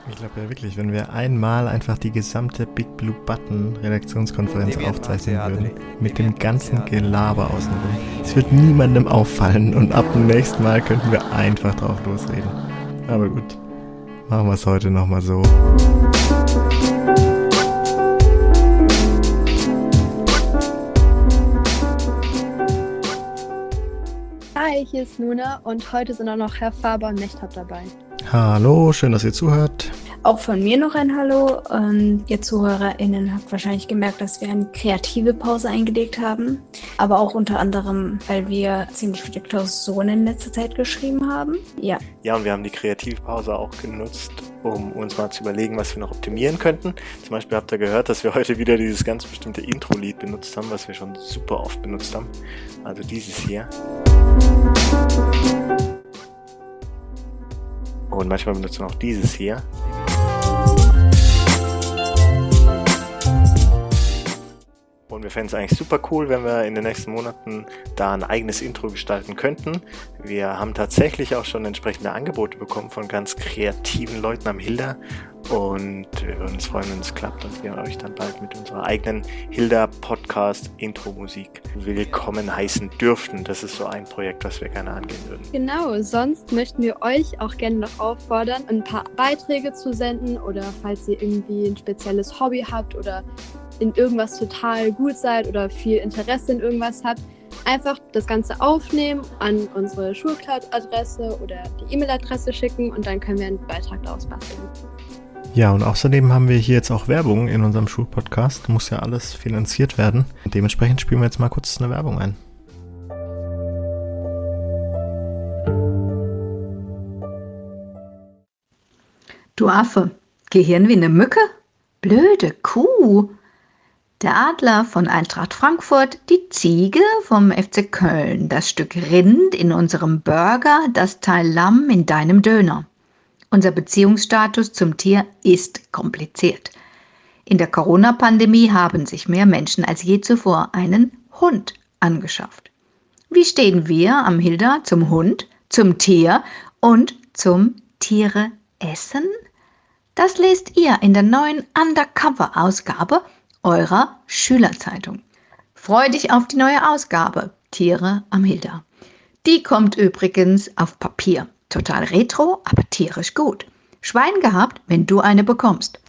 Ich glaube ja wirklich, wenn wir einmal einfach die gesamte Big Blue Button Redaktionskonferenz aufzeichnen würden, mit dem ganzen Gelaber außenrum, es wird niemandem auffallen und ab dem nächsten Mal könnten wir einfach drauf losreden. Aber gut, machen wir es heute nochmal so. Hi, hier ist Luna und heute sind auch noch Herr Faber und Mechtab dabei. Hallo, schön, dass ihr zuhört. Auch von mir noch ein Hallo. Ihr ZuhörerInnen habt wahrscheinlich gemerkt, dass wir eine kreative Pause eingelegt haben. Aber auch unter anderem, weil wir ziemlich viele Klausuren in letzter Zeit geschrieben haben. Ja, und wir haben die Kreativpause auch genutzt, um uns mal zu überlegen, was wir noch optimieren könnten. Zum Beispiel habt ihr gehört, dass wir heute wieder dieses ganz bestimmte Intro-Lied benutzt haben, was wir schon super oft benutzt haben. Also dieses hier. Und manchmal benutzen wir auch dieses hier. Und wir fänden es eigentlich super cool, wenn wir in den nächsten Monaten da ein eigenes Intro gestalten könnten. Wir haben tatsächlich auch schon entsprechende Angebote bekommen von ganz kreativen Leuten am Hilda. Und wir würden uns freuen, wenn es klappt und wir euch dann bald mit unserer eigenen Hilda-Podcast-Intro-Musik willkommen heißen dürften. Das ist so ein Projekt, was wir gerne angehen würden. Genau, sonst möchten wir euch auch gerne noch auffordern, ein paar Beiträge zu senden oder falls ihr irgendwie ein spezielles Hobby habt oder in irgendwas total gut seid oder viel Interesse in irgendwas habt, einfach das Ganze aufnehmen, an unsere Schulcloud-Adresse oder die E-Mail-Adresse schicken und dann können wir einen Beitrag daraus basteln. Ja, und außerdem haben wir hier jetzt auch Werbung in unserem Schulpodcast. Muss ja alles finanziert werden. Und dementsprechend spielen wir jetzt mal kurz eine Werbung ein. Du Affe, Gehirn wie eine Mücke? Blöde Kuh. Der Adler von Eintracht Frankfurt, die Ziege vom FC Köln, das Stück Rind in unserem Burger, das Teil Lamm in deinem Döner. Unser Beziehungsstatus zum Tier ist kompliziert. In der Corona-Pandemie haben sich mehr Menschen als je zuvor einen Hund angeschafft. Wie stehen wir am Hilda zum Hund, zum Tier und zum Tiere essen? Das lest ihr in der neuen Undercover-Ausgabe eurer Schülerzeitung. Freu dich auf die neue Ausgabe, Tiere am Hilda. Die kommt übrigens auf Papier. Total retro, aber tierisch gut. Schwein gehabt, wenn du eine bekommst.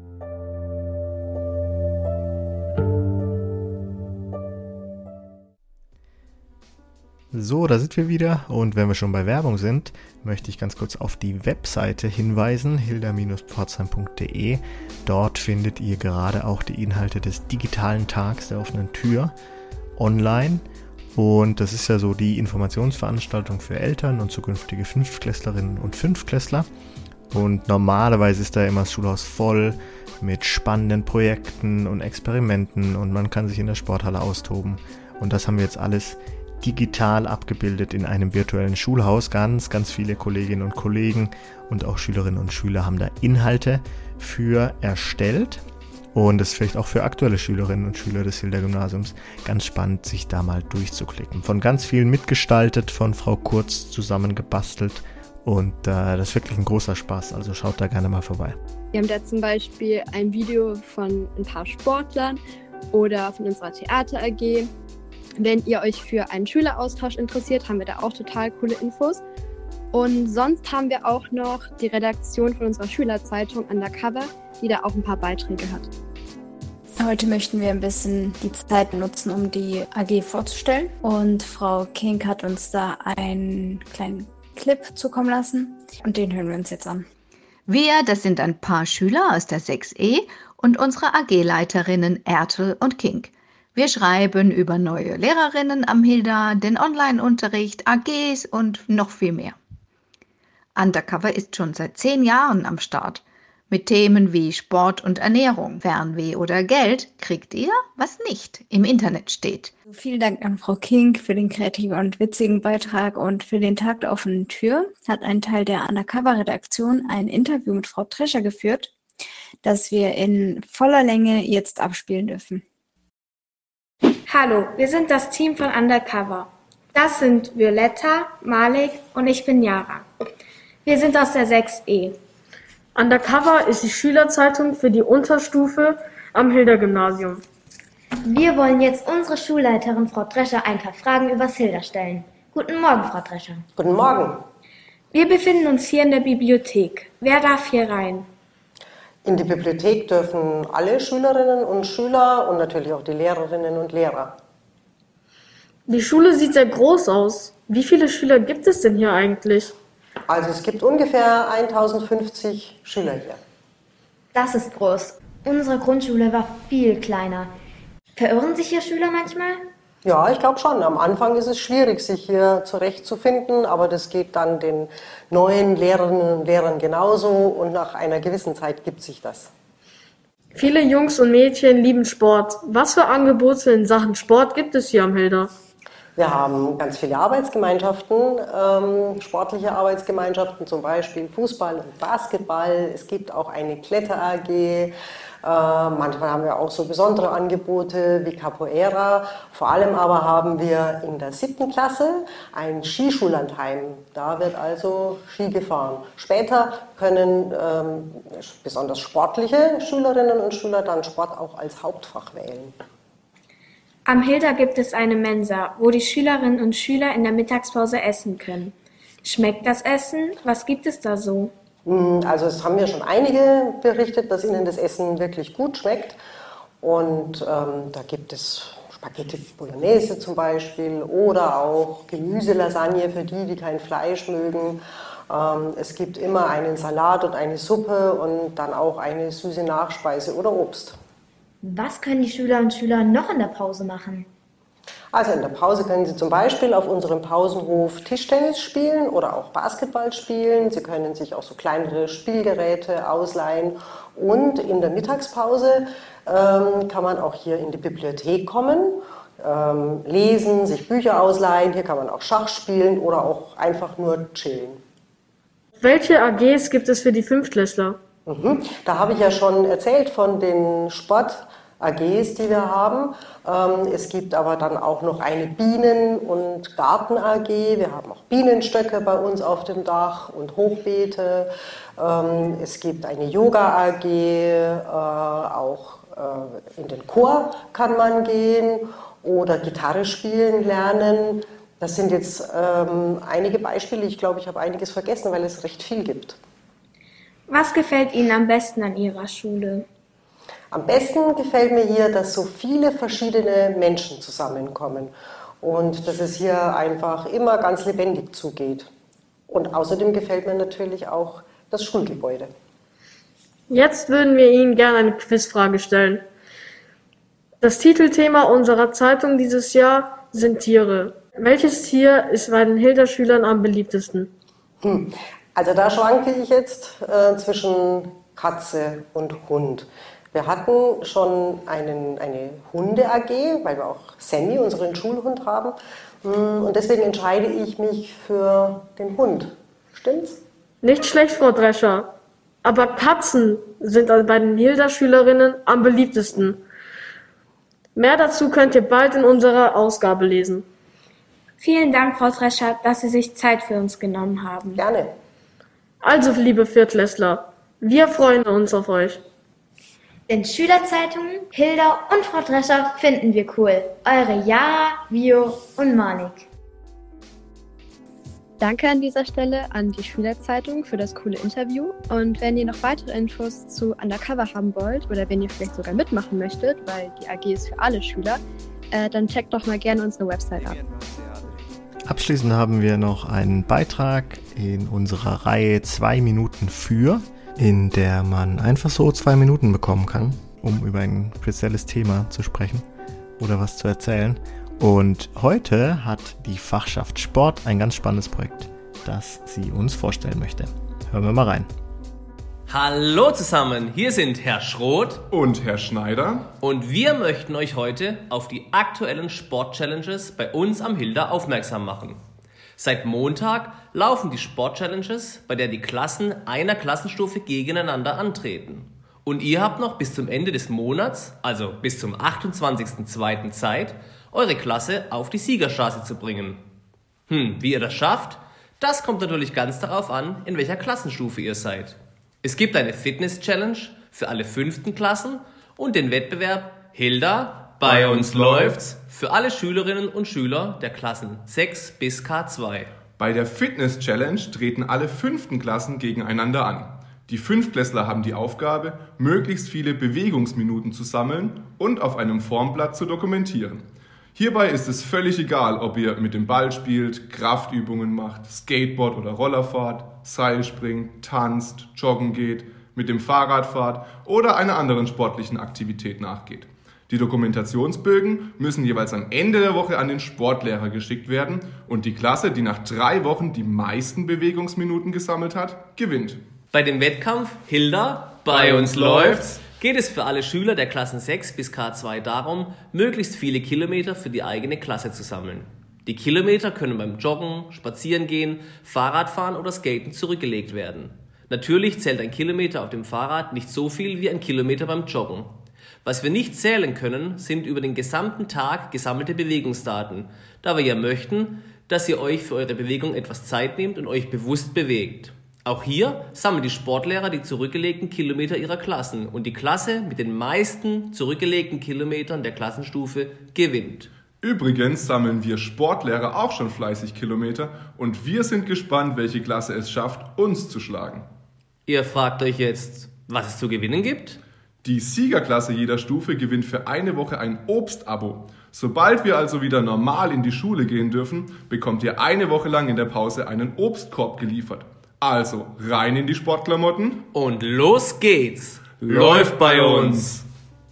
So, da sind wir wieder und wenn wir schon bei Werbung sind, möchte ich ganz kurz auf die Webseite hinweisen, hilda-pforzheim.de. Dort findet ihr gerade auch die Inhalte des digitalen Tags der offenen Tür online. Und das ist ja so die Informationsveranstaltung für Eltern und zukünftige Fünftklässlerinnen und Fünftklässler. Und normalerweise ist da immer das Schulhaus voll mit spannenden Projekten und Experimenten und man kann sich in der Sporthalle austoben. Und das haben wir jetzt alles digital abgebildet in einem virtuellen Schulhaus. Ganz, ganz viele Kolleginnen und Kollegen und auch Schülerinnen und Schüler haben da Inhalte für erstellt. Und es ist vielleicht auch für aktuelle Schülerinnen und Schüler des Hilda-Gymnasiums ganz spannend, sich da mal durchzuklicken. Von ganz vielen mitgestaltet, von Frau Kurz zusammengebastelt und das ist wirklich ein großer Spaß, also schaut da gerne mal vorbei. Wir haben da zum Beispiel ein Video von ein paar Sportlern oder von unserer Theater AG. Wenn ihr euch für einen Schüleraustausch interessiert, haben wir da auch total coole Infos. Und sonst haben wir auch noch die Redaktion von unserer Schülerzeitung Undercover, die da auch ein paar Beiträge hat. heute möchten wir ein bisschen die Zeit nutzen, um die AG vorzustellen. Und Frau King hat uns da einen kleinen Clip zukommen lassen und den hören wir uns jetzt an. Wir, das sind ein paar Schüler aus der 6e und unsere AG-Leiterinnen Ertel und King. Wir schreiben über neue Lehrerinnen am Hilda, den Online-Unterricht, AGs und noch viel mehr. Undercover ist schon seit 10 Jahren am Start. Mit Themen wie Sport und Ernährung, Fernweh oder Geld kriegt ihr, was nicht im Internet steht. Vielen Dank an Frau King für den kreativen und witzigen Beitrag und für den Tag der offenen Tür. Hat ein Teil der Undercover-Redaktion ein Interview mit Frau Trescher geführt, das wir in voller Länge jetzt abspielen dürfen. Hallo, wir sind das Team von Undercover. Das sind Violetta, Malik und ich bin Yara. Wir sind aus der 6e. Undercover ist die Schülerzeitung für die Unterstufe am Hilda-Gymnasium. Wir wollen jetzt unsere Schulleiterin Frau Drescher ein paar Fragen übers Hilda stellen. Guten Morgen, Frau Drescher. Guten Morgen. Wir befinden uns hier in der Bibliothek. Wer darf hier rein? In die Bibliothek dürfen alle Schülerinnen und Schüler und natürlich auch die Lehrerinnen und Lehrer. Die Schule sieht sehr groß aus. Wie viele Schüler gibt es denn hier eigentlich? Also es gibt ungefähr 1050 Schüler hier. Das ist groß. Unsere Grundschule war viel kleiner. Verirren sich hier Schüler manchmal? Ja, ich glaube schon. Am Anfang ist es schwierig, sich hier zurechtzufinden, aber das geht dann den neuen Lehrerinnen und Lehrern genauso und nach einer gewissen Zeit gibt sich das. Viele Jungs und Mädchen lieben Sport. Was für Angebote in Sachen Sport gibt es hier am Hilda? Wir haben ganz viele Arbeitsgemeinschaften, sportliche Arbeitsgemeinschaften, zum Beispiel Fußball und Basketball. Es gibt auch eine Kletter-AG. Manchmal haben wir auch so besondere Angebote wie Capoeira. Vor allem aber haben wir in der 7. Klasse ein Skischullandheim. Da wird also Ski gefahren. Später können besonders sportliche Schülerinnen und Schüler dann Sport auch als Hauptfach wählen. Am Hilda gibt es eine Mensa, wo die Schülerinnen und Schüler in der Mittagspause essen können. Schmeckt das Essen? Was gibt es da so? Also es haben mir schon einige berichtet, dass ihnen das Essen wirklich gut schmeckt. Und da gibt es Spaghetti Bolognese zum Beispiel oder auch Gemüselasagne für die, die kein Fleisch mögen. Es gibt immer einen Salat und eine Suppe und dann auch eine süße Nachspeise oder Obst. Was können die Schüler und Schüler noch in der Pause machen? Also in der Pause können Sie zum Beispiel auf unserem Pausenhof Tischtennis spielen oder auch Basketball spielen. Sie können sich auch so kleinere Spielgeräte ausleihen. Und in der Mittagspause kann man auch hier in die Bibliothek kommen, lesen, sich Bücher ausleihen. Hier kann man auch Schach spielen oder auch einfach nur chillen. Welche AGs gibt es für die Fünftklässler? Da habe ich ja schon erzählt von den Sport-AGs, die wir haben. Es gibt aber dann auch noch eine Bienen- und Garten-AG. Wir haben auch Bienenstöcke bei uns auf dem Dach und Hochbeete. Es gibt eine Yoga-AG, auch in den Chor kann man gehen oder Gitarre spielen lernen. Das sind jetzt einige Beispiele. Ich glaube, ich habe einiges vergessen, weil es recht viel gibt. Was gefällt Ihnen am besten an Ihrer Schule? Am besten gefällt mir hier, dass so viele verschiedene Menschen zusammenkommen und dass es hier einfach immer ganz lebendig zugeht. Und außerdem gefällt mir natürlich auch das Schulgebäude. Jetzt würden wir Ihnen gerne eine Quizfrage stellen. Das Titelthema unserer Zeitung dieses Jahr sind Tiere. Welches Tier ist bei den Hilda-Schülern am beliebtesten? Also da schwanke ich jetzt zwischen Katze und Hund. Wir hatten schon eine Hunde-AG, weil wir auch Sammy, unseren Schulhund, haben. Und deswegen entscheide ich mich für den Hund. Stimmt's? Nicht schlecht, Frau Drescher. Aber Katzen sind bei den Hilda-Schülerinnen am beliebtesten. Mehr dazu könnt ihr bald in unserer Ausgabe lesen. Vielen Dank, Frau Drescher, dass Sie sich Zeit für uns genommen haben. Gerne. Also, liebe Viertklässler, wir freuen uns auf euch. Denn Schülerzeitungen, Hilda und Frau Drescher finden wir cool. Eure Jara, Vio und Manik. Danke an dieser Stelle an die Schülerzeitung für das coole Interview. Und wenn ihr noch weitere Infos zu Undercover haben wollt oder wenn ihr vielleicht sogar mitmachen möchtet, weil die AG ist für alle Schüler, dann checkt doch mal gerne unsere Website ab. Abschließend haben wir noch einen Beitrag in unserer Reihe 2 Minuten für, in der man einfach so 2 Minuten bekommen kann, um über ein spezielles Thema zu sprechen oder was zu erzählen. Und heute hat die Fachschaft Sport ein ganz spannendes Projekt, das sie uns vorstellen möchte. Hören wir mal rein. Hallo zusammen, hier sind Herr Schroth und Herr Schneider und wir möchten euch heute auf die aktuellen Sport-Challenges bei uns am Hilda aufmerksam machen. Seit Montag laufen die Sport-Challenges, bei der die Klassen einer Klassenstufe gegeneinander antreten. Und ihr habt noch bis zum Ende des Monats, also bis zum 28.02. Zeit, eure Klasse auf die Siegerstraße zu bringen. Wie ihr das schafft, das kommt natürlich ganz darauf an, in welcher Klassenstufe ihr seid. Es gibt eine Fitness-Challenge für alle 5. Klassen und den Wettbewerb Hilda, bei uns läuft's, für alle Schülerinnen und Schüler der Klassen 6 bis K2. Bei der Fitness-Challenge treten alle 5. Klassen gegeneinander an. Die 5-Klässler haben die Aufgabe, möglichst viele Bewegungsminuten zu sammeln und auf einem Formblatt zu dokumentieren. Hierbei ist es völlig egal, ob ihr mit dem Ball spielt, Kraftübungen macht, Skateboard oder Roller fahrt, Seil springt, tanzt, joggen geht, mit dem Fahrrad fahrt oder einer anderen sportlichen Aktivität nachgeht. Die Dokumentationsbögen müssen jeweils am Ende der Woche an den Sportlehrer geschickt werden und die Klasse, die nach 3 Wochen die meisten Bewegungsminuten gesammelt hat, gewinnt. Bei dem Wettkampf Hilda, bei uns läuft's, geht es für alle Schüler der Klassen 6 bis K2 darum, möglichst viele Kilometer für die eigene Klasse zu sammeln. Die Kilometer können beim Joggen, Spazierengehen, Fahrradfahren oder Skaten zurückgelegt werden. Natürlich zählt ein Kilometer auf dem Fahrrad nicht so viel wie ein Kilometer beim Joggen. Was wir nicht zählen können, sind über den gesamten Tag gesammelte Bewegungsdaten, da wir ja möchten, dass ihr euch für eure Bewegung etwas Zeit nehmt und euch bewusst bewegt. Auch hier sammeln die Sportlehrer die zurückgelegten Kilometer ihrer Klassen und die Klasse mit den meisten zurückgelegten Kilometern der Klassenstufe gewinnt. Übrigens sammeln wir Sportlehrer auch schon fleißig Kilometer und wir sind gespannt, welche Klasse es schafft, uns zu schlagen. Ihr fragt euch jetzt, was es zu gewinnen gibt? Die Siegerklasse jeder Stufe gewinnt für eine Woche ein Obstabo. Sobald wir also wieder normal in die Schule gehen dürfen, bekommt ihr eine Woche lang in der Pause einen Obstkorb geliefert. Also rein in die Sportklamotten und los geht's! Läuft bei uns!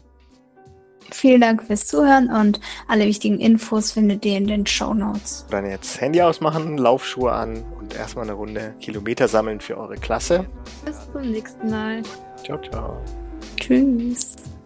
Vielen Dank fürs Zuhören und alle wichtigen Infos findet ihr in den Shownotes. Dann jetzt Handy ausmachen, Laufschuhe an und erstmal eine Runde Kilometer sammeln für eure Klasse. Bis zum nächsten Mal. Ciao, ciao. Tschüss.